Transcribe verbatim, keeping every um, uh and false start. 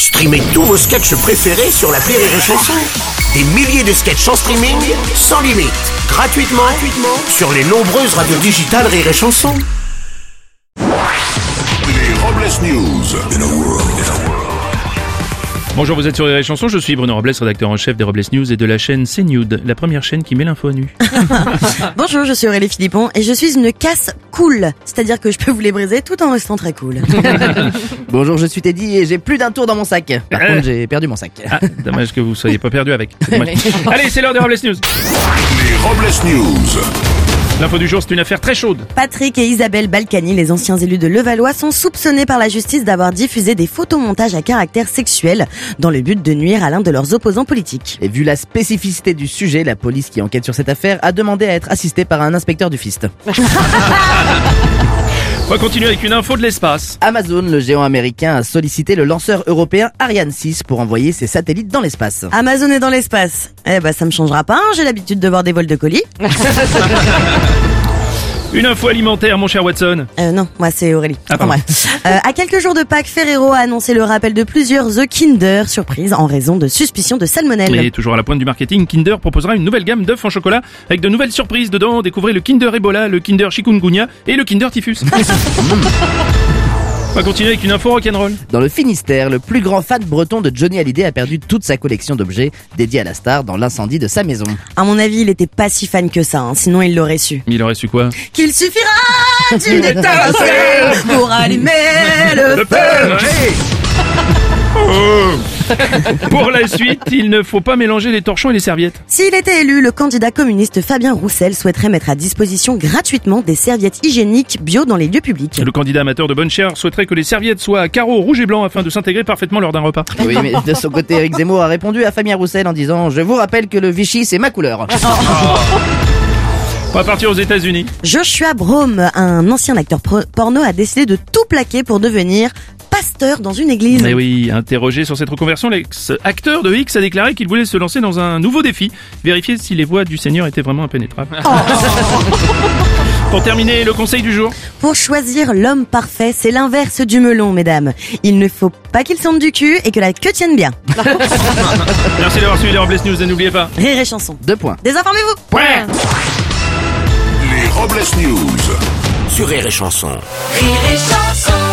Streamez tous vos sketchs préférés sur l'appli Rire et Chanson. Des milliers de sketchs en streaming, sans limite, gratuitement, gratuitement sur les nombreuses radios digitales Rire et Chanson. Les Robles News. In a world, in a world. Bonjour, vous êtes sur Rire et Chanson, je suis Bruno Robles, rédacteur en chef des Robles News et de la chaîne CNews, la première chaîne qui met l'info à nu. Bonjour, je suis Aurélie Philippon et je suis une casse cool, c'est-à-dire que je peux vous les briser tout en restant très cool. Bonjour, je suis Teddy et j'ai plus d'un tour dans mon sac. Par Euh. contre, j'ai perdu mon sac. Ah, dommage que vous soyez pas perdu avec. C'est dommage. Allez, c'est l'heure des Robles News. Les Robles News. L'info du jour, c'est une affaire très chaude. Patrick et Isabelle Balkany, les anciens élus de Levallois, sont soupçonnés par la justice d'avoir diffusé des photomontages à caractère sexuel dans le but de nuire à l'un de leurs opposants politiques. Et vu la spécificité du sujet, la police qui enquête sur cette affaire a demandé à être assistée par un inspecteur du Fist. On va continuer avec une info de l'espace. Amazon, le géant américain, a sollicité le lanceur européen Ariane six pour envoyer ses satellites dans l'espace. Amazon est dans l'espace. Eh ben, ça me changera pas, hein, j'ai l'habitude de voir des vols de colis. Une info alimentaire, mon cher Watson. Euh, non, moi c'est Aurélie. Ah, Enfin, pardon. bref. Euh, à quelques jours de Pâques, Ferrero a annoncé le rappel de plusieurs The Kinder surprises en raison de suspicions de salmonelle. Et toujours à la pointe du marketing, Kinder proposera une nouvelle gamme d'œufs en chocolat avec de nouvelles surprises dedans. Découvrez le Kinder Ebola, le Kinder Chikungunya et le Kinder Typhus. On va continuer avec une info rock'n'roll. Dans le Finistère, le plus grand fan breton de Johnny Hallyday a perdu toute sa collection d'objets dédiés à la star dans l'incendie de sa maison. À mon avis, il était pas si fan que ça, hein, sinon il l'aurait su. Il aurait su quoi? Qu'il suffira d'une étincelle pour allumer le feu. Pour la suite, il ne faut pas mélanger les torchons et les serviettes. S'il était élu, le candidat communiste Fabien Roussel souhaiterait mettre à disposition gratuitement des serviettes hygiéniques bio dans les lieux publics. Le candidat amateur de bonne chair souhaiterait que les serviettes soient à carreaux rouge et blanc afin de s'intégrer parfaitement lors d'un repas. Oui, mais de son côté, Éric Zemmour a répondu à Fabien Roussel en disant « Je vous rappelle que le Vichy, c'est ma couleur. » On va partir aux États-Unis. Joshua Brome, un ancien acteur pro- porno, a décidé de tout plaquer pour devenir pasteur dans une église. Mais oui, interrogé sur cette reconversion, l'ex-acteur de X a déclaré qu'il voulait se lancer dans un nouveau défi, vérifier si les voies du Seigneur étaient vraiment impénétrables. Pour terminer, le conseil du jour. Pour choisir l'homme parfait, c'est l'inverse du melon, mesdames. Il ne faut pas qu'il sente du cul et que la queue tienne bien. Merci d'avoir suivi les Robles News et n'oubliez pas. Rire et chanson. Deux points. Désinformez-vous. Ouais. Les Robles News. Sur Rire et Chanson. Rire et chanson.